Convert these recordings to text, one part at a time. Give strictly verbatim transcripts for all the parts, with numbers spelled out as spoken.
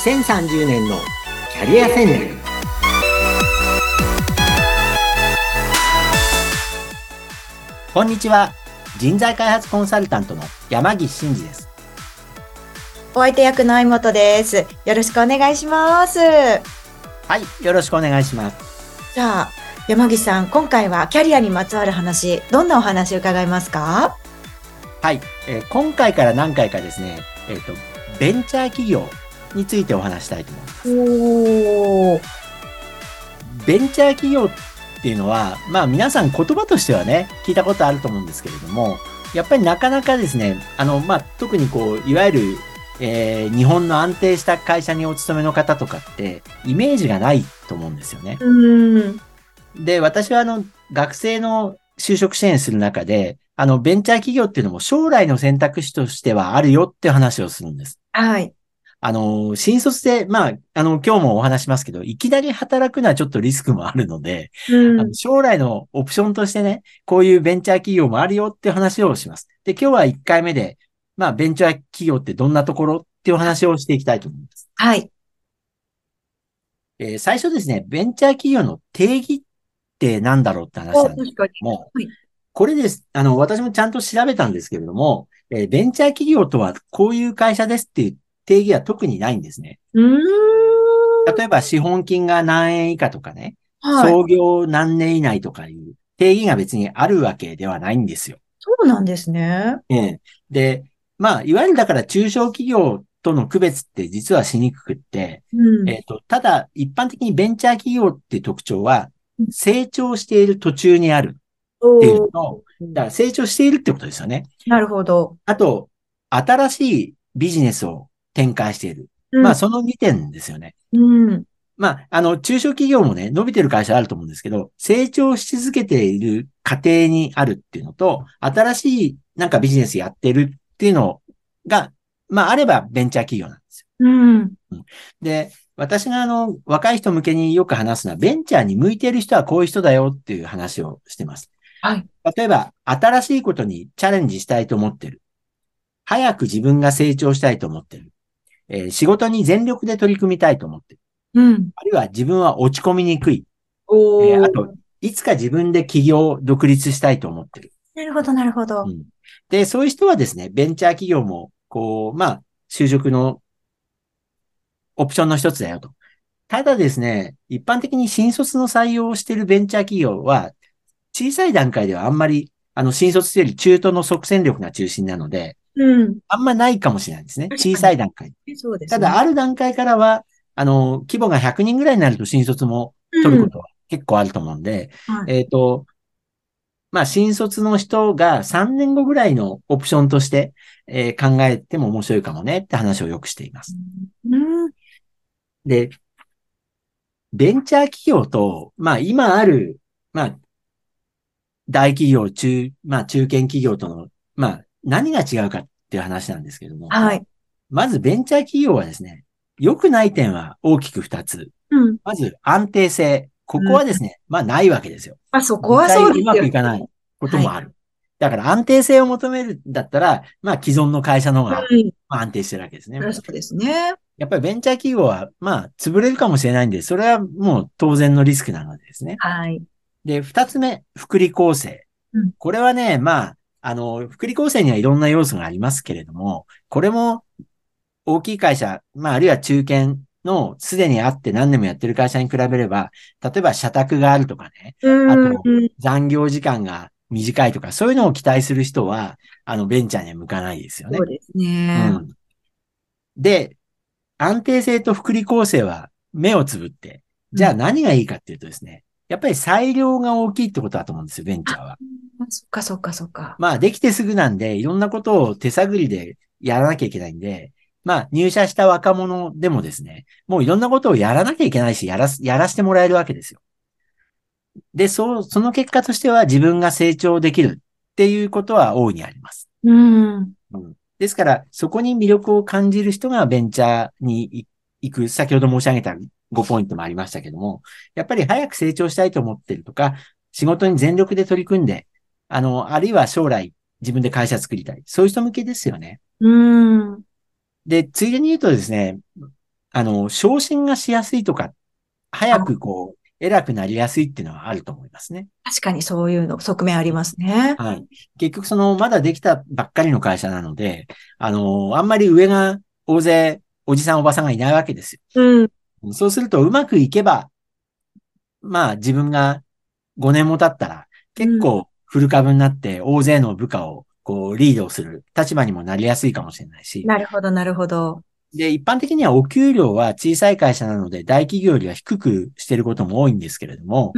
せんさんじゅうねんのキャリア戦略。こんにちは。人材開発コンサルタントの山岸真嗣です。 お相手役の相本です。よろしくお願いします。はい、よろしくお願いします。 じゃあ、山岸さん、今回はキャリアにまつわる話、どんなお話を伺いますか？ はい、えー、今回から何回かですね、えっと、ベンチャー企業についてお話したいと思います。 おー。 ベンチャー企業っていうのは、まあ皆さん言葉としてはね、聞いたことあると思うんですけれども、やっぱりなかなかですね、あの、まあ特にこう、いわゆる、えー、日本の安定した会社にお勤めの方とかって、イメージがないと思うんですよね。 うん。 で、私はあの、学生の就職支援する中で、あの、ベンチャー企業っていうのも将来の選択肢としてはあるよっていう話をするんです。 はい。 あの、新卒で、まあ、あの、今日もお話しますけど、いきなり働くのはちょっとリスクもあるので、 うん。 あの将来のオプションとしてね、こういうベンチャー企業もあるよっていう話をします。で、今日はいっかいめで、まあ、ベンチャー企業ってどんなところっていう話をしていきたいと思います。 はい。 えー最初ですね、ベンチャー企業の定義って何だろうって話お、 なんです確かに。 けども、 はい。 これです。あの、私もちゃんと調べたんですけれども、えーベンチャー企業とはこういう会社ですっていう定義は特にないんですね。 うーん。 例えば資本金が何円以下とかね、 はい。 創業何年以内とかいう定義が別にあるわけではないんですよ。 そうなんですね。 ええ。で、まあ、いわゆるだから中小企業との区別って実はしにくくって、 うん。 えっと、ただ一般的にベンチャー企業っていう特徴は、 うん。 成長している途中にあるっていうのおー。 と、だから成長しているってことですよね。 なるほど。 あと、新しいビジネスを展開している。 うん。 まあ、そのにてんですよね。 うん。 まあ、あの、中小企業もね、伸びてる会社あると思うんですけど、成長し続けている過程にあるっていうのと、新しいなんかビジネスやってるっていうのが、まあ、あればベンチャー企業なんですうん。 よ。で、私があの、若い人向けによく話すのは、ベンチャーに向いている人はこういう人だよっていう話をしてます。 はい。 例えば、新しいことにチャレンジしたいと思ってる。早く自分が成長したいと思ってる。えー仕事に全力で取り組みたいと思ってる。 うん。 あるいは自分は落ち込みにくい。えーあと、 おー。 いつか自分で起業、独立したいと思ってる。 なるほど、なるほど。 うん。で、そういう人はですね、ベンチャー企業も、こう、まあ、就職のオプションの一つだよと。ただですね、一般的に新卒の採用をしているベンチャー企業は、小さい段階ではあんまり、あの、新卒より中途の即戦力が中心なので、 うん。 あんまないかもしれないですね。小確かに。 さい段階。ただ、 そうですね。 ある段階からは、あの、規模がひゃくにんぐらいになると新卒も取うん。 ることは結構あると思うんで、 はい。 えっと、まあ、新卒の人がさんねんごぐらいのオプションとして、えー考えても面白いかもねって話をよくしています。 うん。 で、ベンチャー企業と、まあ、今ある、まあ、大企業、中、まあ、中堅企業との、まあ、何が違うかっていう話なんですけども、 はい。 まずベンチャー企業はですね、良くない点は大きくふたつ。 うん。 まず安定性。ここうん。 はですね、まあないわけですよ。 あ、そこ実はそう際うまですよね。 くいかないことはい。 もある。だから安定性を求めるんだったら、まあ既存の会社の方がうん。 まあ安定してるわけですね。 そりゃそうですね。 やっぱりベンチャー企業は、まあ潰れるかもしれないんで、それはもう当然のリスクなのでですね。 はい。 で、二つ目、福利厚生。 うん。 これはね、まあ、あの、福利厚生にはいろんな要素がありますけれども、これも大きい会社、まあ、あるいは中堅のすでにあって何年もやってる会社に比べれば、例えば社宅があるとかね、あうん。 と残業時間が短いとか、そういうのを期待する人は、あの、ベンチャーには向かないですよね。 そうですね。 うん。で、安定性と福利厚生は目をつぶって、 うん。 じゃあ何がいいかっていうとですね、やっぱり裁量が大きいってことだと思うんですよ、ベンチャーは。 あ、そっかそっかそっか。 まあ、できてすぐなんで、いろんなことを手探りでやらなきゃいけないんで、まあ、入社した若者でもですね、もういろんなことをやらなきゃいけないし、やらす、やらせてもらえるわけですよ。で、そう、その結果としては自分が成長できるっていうことは大いにあります。 うん。 うん、ですから、そこに魅力を感じる人がベンチャーに行く、先ほど申し上げたごポイントもありましたけども、やっぱり早く成長したいと思ってるとか、仕事に全力で取り組んで、あの、あるいは将来自分で会社作りたい。そういう人向けですよね。 うん。 で、ついでに言うとですね、 あの、昇進がしやすいとか、早くこう、偉くなりやすいっていうのはあると思いますね。 確かにそういうの、側面ありますね。 はい。結局その、まだできたばっかりの会社なので、あの、あんまり上が大勢おじさんおばさんがいないわけですうん。 よ。そうするとうまくいけば、まあ自分がごねんも経ったらうん。 結構フル株になって大勢の部下をこうリードする立場にもなりやすいかもしれないし、 なるほど、なるほど。 で、一般的にはお給料は小さい会社なので大企業よりは低くしていることも多いんですけれども、 うん。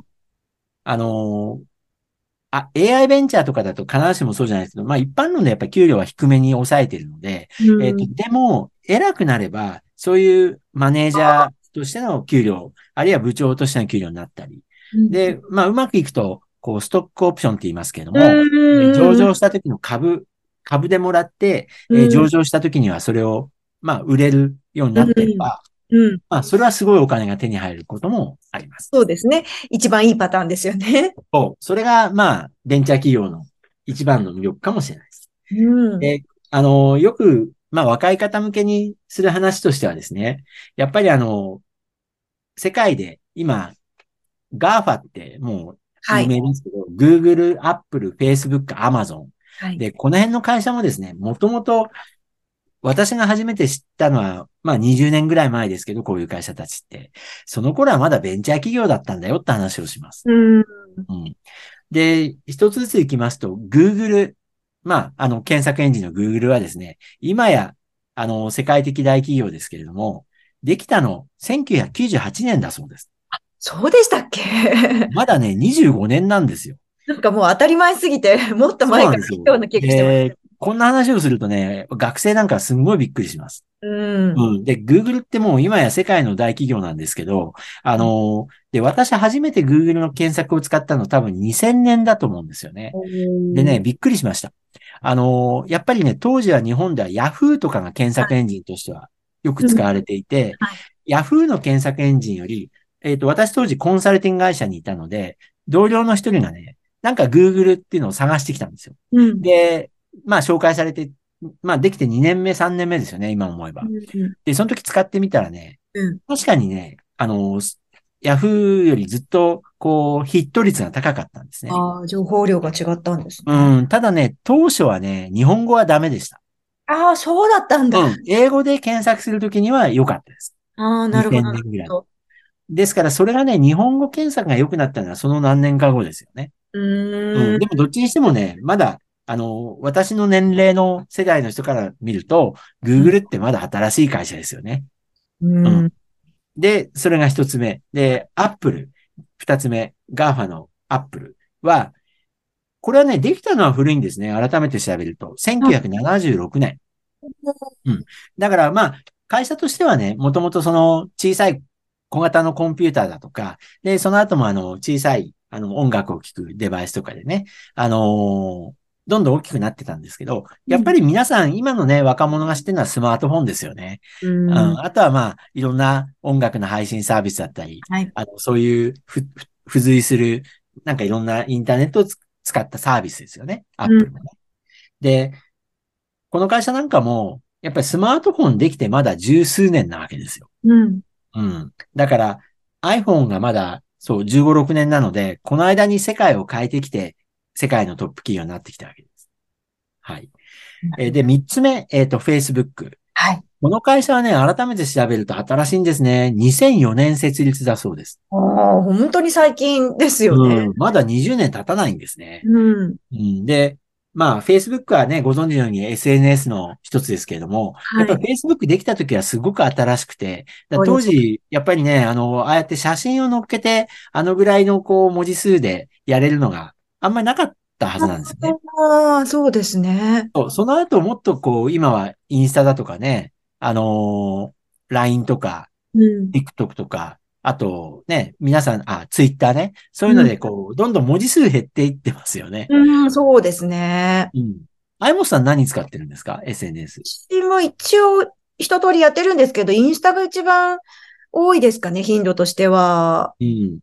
まあ、あのーあ、エーアイ ベンチャーとかだと必ずしもそうじゃないですけど、まあ一般論でやっぱり給料は低めに抑えているので、えっと、 うん。 でも、偉くなれば、そういうマネージャーとしての給料、あるいは部長としての給料になったり、 うん。 で、まあうまくいくと、こう、ストックオプションって言いますけれどうも、えー上ん。うん。 場した時の株、株でもらって、えーうん。 上場した時にはそれを、まあ売れるようにうなってれん。 ば、 うん。 まあそれはすごいお金が手に入ることもあります。 そうですね。一番いいパターンですよね。 そう。それが、まあ、ベンチャー企業の一番の魅力かもしれないです。 うん。 で、あの、よく、まあ、若い方向けにする話としてはですね、やっぱりあの、世界で今、ガーファ ってもう有はい。 名ですけど、Google、Apple、Facebook、Amazon。 はい。 で、この辺の会社もですね、もともと私が初めて知ったのは、まあにじゅうねんぐらい前ですけど、こういう会社たちって。その頃はまだベンチャー企業だったんだよって話をします。 うん。 うん。で、一つずつ行きますと、Google、まあ、あの、検索エンジンの Google はですね、今や、あの、世界的大企業ですけれども、できたのせんきゅうひゃくきゅうじゅうはちねんだそうです。 そうでしたっけ？ まだね、にじゅうごねんなんですよ。 なんかもう当たり前すぎて、もっと前からそうなんですよ。 来たような気がしてます。 で、こんな話をするとね、学生なんかすんごいびっくりします。 うん。 うん。で、Google ってもう今や世界の大企業なんですけど、あの、で、私初めて Google の検索を使ったの多分にせんねんだと思うんですよね。 おでね、 ー。 びっくりしました。あのーやっぱりね、当時は日本では Yahoo とかが検索エンジンとしてはよくうん。 使われていて、 はい。 Yahoo の検索エンジンより、えっと、私当時コンサルティング会社にいたので、同僚の一人がね、なんか Google っていうのを探してきたんですよ。 うん。 で、まあ紹介されて、まあできてにねんめ、さんねんめですよね、今思えば。 うん。うん。 で、その時使ってみたらね、 うん。 確かにね、あの、ヤフーよりずっと、こう、ヒット率が高かったんですね。 ああ、情報量が違ったんですね。 うん、ただね、当初はね、日本語はダメでした。 ああ、そうだったんだ。 うん、英語で検索するときには良かったです。 ああ、なるほど、 2000 なる年ぐらい。 ほど。 ですから、それがね、日本語検索が良くなったのはその何年か後ですよね。 ううん、 ーん。 でもどっちにしてもね、まだ、あの、私の年齢の世代の人から見ると、 うん。 Google ってまだ新しい会社ですよね。 ううん。 ん。 で、それが一つ目。で、Apple。二つ目。ガーファ の Apple は、これはね、できたのは古いんですね。改めて調べると。 あ、 せんきゅうひゃくななじゅうろくねん。うん。だからまあ、会社としてはね、もともとその小さい小型のコンピューターだとか、で、その後もあの、小さい、あの、音楽を聴くデバイスとかでね、あのーどんどん大きくなってたんですけど、 うん。 やっぱり皆さん、今のね、若者が知ってるのはスマートフォンですよね。 ううん。 ん。 あとはまあ、いろんな音楽の配信サービスだったり、 はい。 あの、そういうふ、ふ付随する、なんかいろんなインターネットをつ使ったサービスですよね。アッうん。 プルもね。で、この会社なんかも、やっぱりスマートフォンできてまだ十数年なわけですよ。 うん。 うん。だから iPhone がまだ、そう、じゅうご、ろくねんなので、この間に世界を変えてきて、世界のトップ企業になってきたわけです。はい。えーで、三つ目、えっと、Facebook。 はい。 この会社はね、改めて調べると新しいんですね。にせんよねん設立だそうです。 ああ、本当に最近ですよね。 うん。まだにじゅうねん経たないんですね。 うん。 うん、で、まあ、Facebook はね、ご存知のように エスエヌエス の一つですけれども、やっぱりはい。 Facebook できた時はすごく新しくて、だそうです。 当時、やっぱりね、あの、ああやって写真を載っけて、あのぐらいのこう、文字数でやれるのがあんまりなかったはずなんですよね。 ああ、そうですね。 そうその後もっとこう、今はインスタだとかね、あのー ライン とか、 うん。 TikTok とか、あとね、皆さん、あ、Twitter ね、そういうのうん。 でこう、どんどん文字数減っていってますよね。 うん、そうですね。 うん。あいもさん何使ってるんですか？ エスエヌエス。 私も一応一通りやってるんですけど、インスタが一番多いですかね、頻度としては。 うん。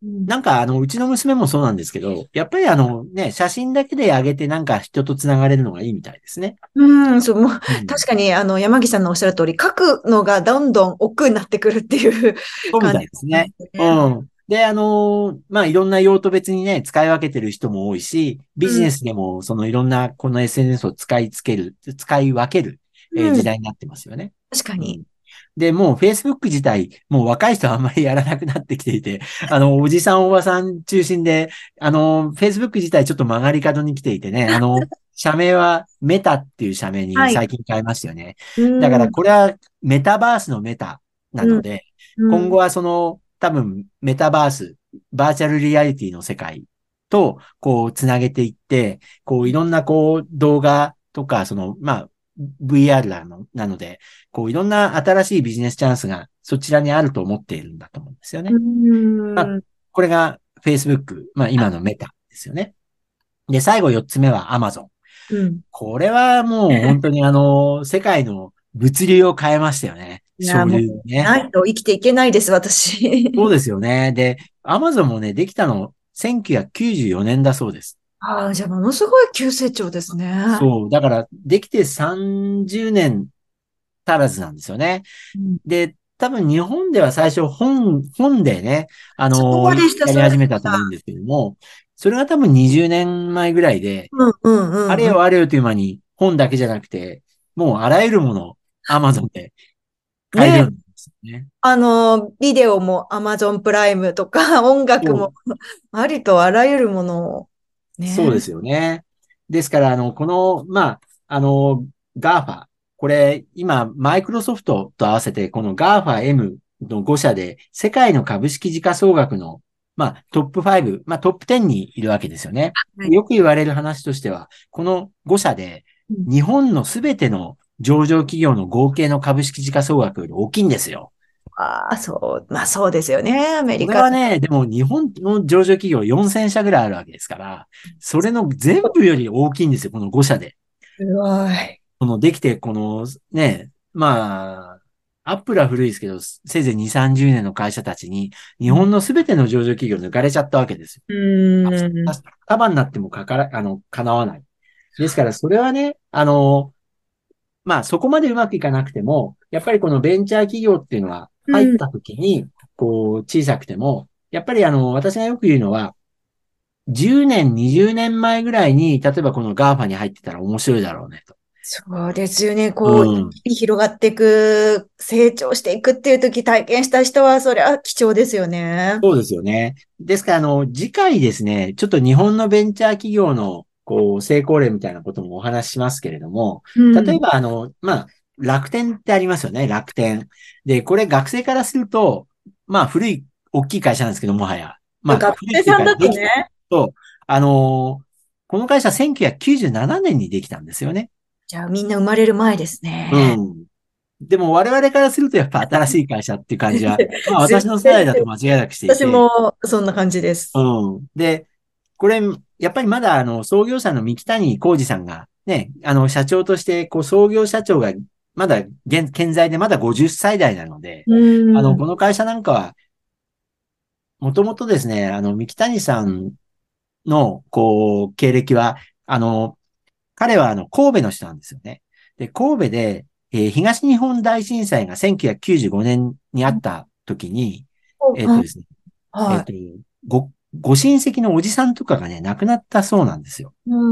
なんかあの、うちの娘もそうなんですけど、やっぱりあのね、写真だけで上げてなんか人と繋がれるのがいいみたいですね。 うん、そう、もう、 うん。 確かに、あの、山岸さんのおっしゃる通り、書くのがどんどん億劫になってくるっていうそうみた感じいですね。 なんですね。 うん。で、あのーまあ、いろんな用途別にね、使い分けてる人も多いし、ビうん、 ジネスでもそのいろんなこの エスエヌエス を使いつける、使い分ける、えーうん、 時代になってますよね。 確かに。 うん。で、もう Facebook 自体、もう若い人はあんまりやらなくなってきていて、あの、おじさんおばさん中心で、あの、Facebook 自体ちょっと曲がり角に来ていてね、あの、社名はメタっていう社名にはい。 最近変えましたよね。 うだからん、 これはメタバースのメタなうん、 ので、 うん、 今後はその多分メタバース、バーチャルリアリティの世界とこうつなげていって、こういろんなこう動画とか、その、まあ、ブイアール なの、なので、こういろんな新しいビジネスチャンスがそちらにあると思っているんだと思うんですようね。まあ、 ん。 これが Facebook、まあ今のメタですよね。で、最後よっつめは Amazon。 うん。 これはもう本当にあの、世界の物流を変えましたよね。 いや、 省もう、 流ね。 ないと生きていけないです、私。 そうですよね。で、アマゾンもね、できたのせんきゅうひゃくきゅうじゅうよねんだそうです。 ああ、じゃあ、ものすごい急成長ですね。 そう。だから、できてさんじゅうねん足らずなんですよね。 うん、 で、多分日本では最初本、本でね、あの、 そうでした、 やりそうで始めたとした。 思うんですけども、それが多分にじゅうねんまえぐらいで、 うん、うん、うん、うん。 あれよあれよという間に本だけじゃなくて、もうあらゆるものをアマゾンで買えるようね、 になりましたね。 あの、ビデオも Amazon プライムとか、音楽も、 そうありとあらゆるものを、ね。 そうですよね。ですから、あの、この、まあ、あの、ガーファ、これ、今、マイクロソフトと合わせて、この ガーファ M のご社で、世界の株式時価総額の、まあ、トップご、まあ、トップじゅうにいるわけですよね。 はい。 よく言われる話としては、このご社で、 うん、 日本のすべての上場企業の合計の株式時価総額より大きいんですよ。 ああ、そう、まあそうですよね、アメこリカ。 れはね、でも日本の上場企業よんせん社ぐらいあるわけですから、それの全部より大きいんですよ、このご社で。 すごい。 このできて、このね、まあ、アップルは古いですけど、せいぜいに、さんじゅうねんの会社たちに、日うん。 本のすべての上場企業抜かれちゃったわけですよ。 うーん。 束になってもかから、あの、叶わない。ですから、それはね、あの、まあ、そこまでうまくいかなくても、やっぱりこのベンチャー企業っていうのは、 うん。 入った時に、こう、小さくても、やっぱりあの、私がよく言うのは、じゅうねん、にじゅうねんまえぐらいに、例えばこの ガーファ に入ってたら面白いだろうねと。 そうですよね。こう、 うん。 広がっていく、成長していくっていう時体験した人は、それは貴重ですよね。 そうですよね。ですから、あの、次回ですね、ちょっと日本のベンチャー企業の、こう、成功例みたいなこともお話ししますけれども、 うん。 例えば、あの、まあ、楽天ってありますよね、楽天。で、これ学生からすると、まあ、古い、大きい会社なんですけど、もはや。まあ、 学古いっていうか、 生さんだできたとね。 と、あのこの会社せんきゅうひゃくきゅうじゅうななねんにできたんですよね。 じゃあみんな生まれる前ですね。 うん。でも我々からするとやっぱ新しい会社っていう感じは、まあ私全の世代だと然、 間違いなくしてい私て、 もそんな感じです。 うん。で、これ、やっぱりまだあの創業者の三木谷浩二さんがね、あの社長としてこう創業社長がまだ現、健在でまだごじゅっさい代なので、 うあの、 ん。 この会社なんかは、もともとですね、あの、三木谷さんの、こう、経歴は、あの、彼はあの、神戸の人なんですよね。で、神戸で、えー東日本大震災がせんきゅうひゃくきゅうじゅうごねんにあった時に、えっとはですね、えっと、 はい。 ご、ご親戚のおじさんとかがね、亡くなったそうなんですよ。 うん。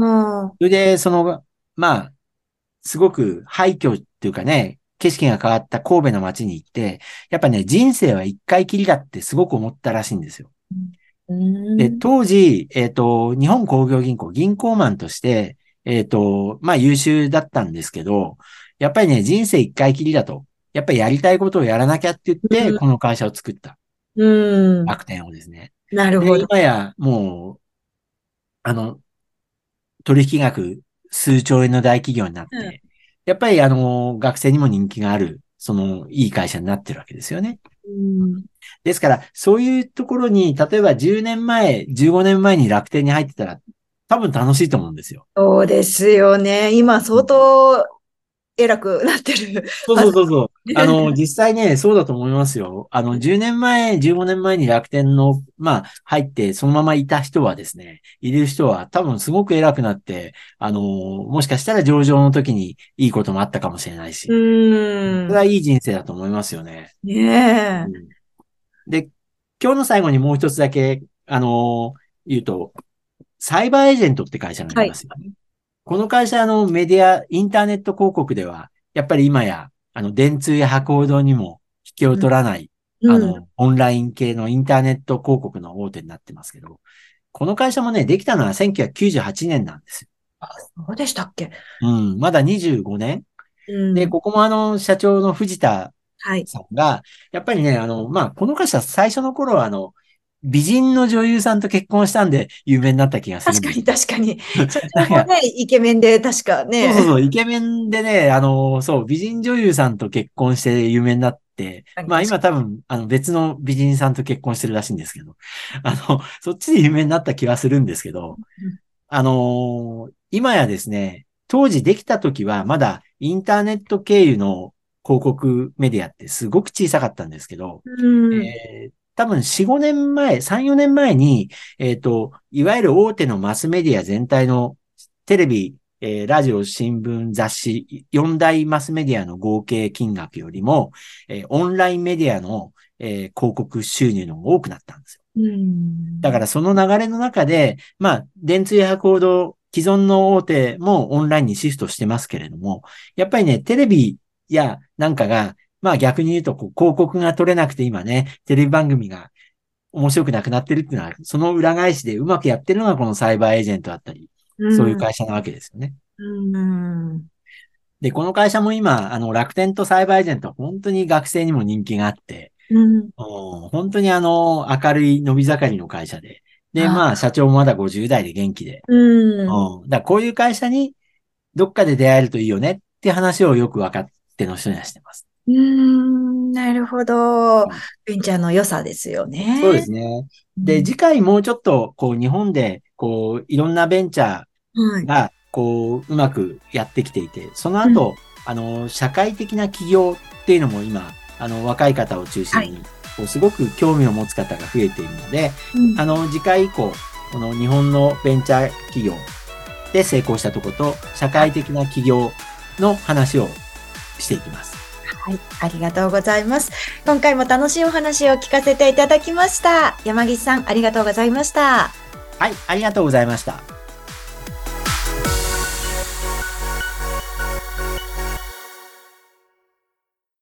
それで、その、まあ、すごく廃墟っていうかね、景色が変わった神戸の街に行って、やっぱね、人生は一回きりだってすごく思ったらしいんですよ。 うで、 ん。 当時、えっと、日本工業銀行、銀行マンとして、えっと、まあ優秀だったんですけど、やっぱりね、人生一回きりだと。やっぱりやりたいことをやらなきゃって言って、この会社を作った。 うん。 楽天をですね。で、 なるほど。 今や、もう、あの、取引額数兆円の大企業になっうん。 て、やっぱりあの、学生にも人気がある、その、いい会社になってるわけですよね。 うん。 ですから、そういうところに、例えばじゅうねんまえ、じゅうごねんまえに楽天に入ってたら、多分楽しいと思うんですよ。 そうですよね。今相うん当偉くなってる。 そうそうそうそう。あの、実際ね、そうだと思いますよ。あの、じゅうねんまえ、じゅうごねんまえに楽天の、まあ、入って、そのままいた人はですね、いる人は多分すごく偉くなって、あの、もしかしたら上場の時にいいこともあったかもしれないうし、 ーん。 それはいい人生だと思いますよね。 ねえ。 うん、で、今日の最後にもう一つだけ、あの、言うと、サイバーエージェントって会社がありはい。 ますよね。この会社のメディア、インターネット広告では、やっぱり今や、あの、電通や博報堂にも引けを取らない、あうん。 の、オンライン系のインターネット広告の大手になってますけど、この会社もね、できたのはせんきゅうひゃくきゅうじゅうはちねんなんですよ。 あ、そうでしたっけ。 うん、まだにじゅうごねん。で、 うん。 ここもあの、社長の藤田はい。 さんが、やっぱりね、あの、まあ、この会社最初の頃はあの、美人の女優さんと結婚したんで有名になった気がする確かにんですよ。 確かに。社なんか、 長もね、イケメンで確かね。 そうそうそう、イケメンでね、あの、そう、美人女優さんと結婚して有名になって、まあ確かに確か今多分、あの別の美人さんと結婚してるらしいんですけど、あの、そっちで有名になった気はするんですけど、 に。 あの今やですね、当時できた時はまだインターネット経由の広告メディアってすごく小さかったんですけど、 うん。 えー多分よん、ごねんまえ、さん、よねんまえに、えっと、いわゆる大手のマスメディア全体のテレビ、えーラジオ、新聞、雑誌、よん大マスメディアの合計金額よりも、えーオンラインメディアの、えー広告収入の方が多くなったんですよ。 うん。 だからその流れの中で、まあ、電通や博報堂、既存の大手もオンラインにシフトしてますけれども、やっぱりね、テレビやなんかが、まあ逆に言うとこう広告が取れなくて今ね、テレビ番組が面白くなくなってるっていうのは、その裏返しでうまくやってるのがこのサイバーエージェントだったり、そういううん。 会社なわけですよね。 うん。 で、この会社も今、あの、楽天とサイバーエージェントは本当に学生にも人気があって、 うん。 うん、本当にあの、明るい伸び盛りの会社で、で、 あ、 まあ、社長もまだごじゅう代で元気で、 うん。 うん、だからこういう会社にどっかで出会えるといいよねっていう話をよく分かっての人にはしてます。 うーん、なるほど。 うん、 ベンチャーの良さですよそうでね。 すね。で、 うん、 次回もうちょっと、こう、日本で、こう、いろんなベンチャはい。 ーが、こう、うまくやってきていて、そのうん、 後、あの、社会的な起業っていうのも今、あの、若い方を中はい。 心に、こう、すごく興味を持つ方が増えているので、 うん、 あの、次回以降、この日本のベンチャー企業で成功したところと、社はい。 会的な起業の話をしていきます。 はい。ありがとうございます。今回も楽しいお話を聞かせていただきました。山岸さん、ありがとうございました。 はい、ありがとうございました。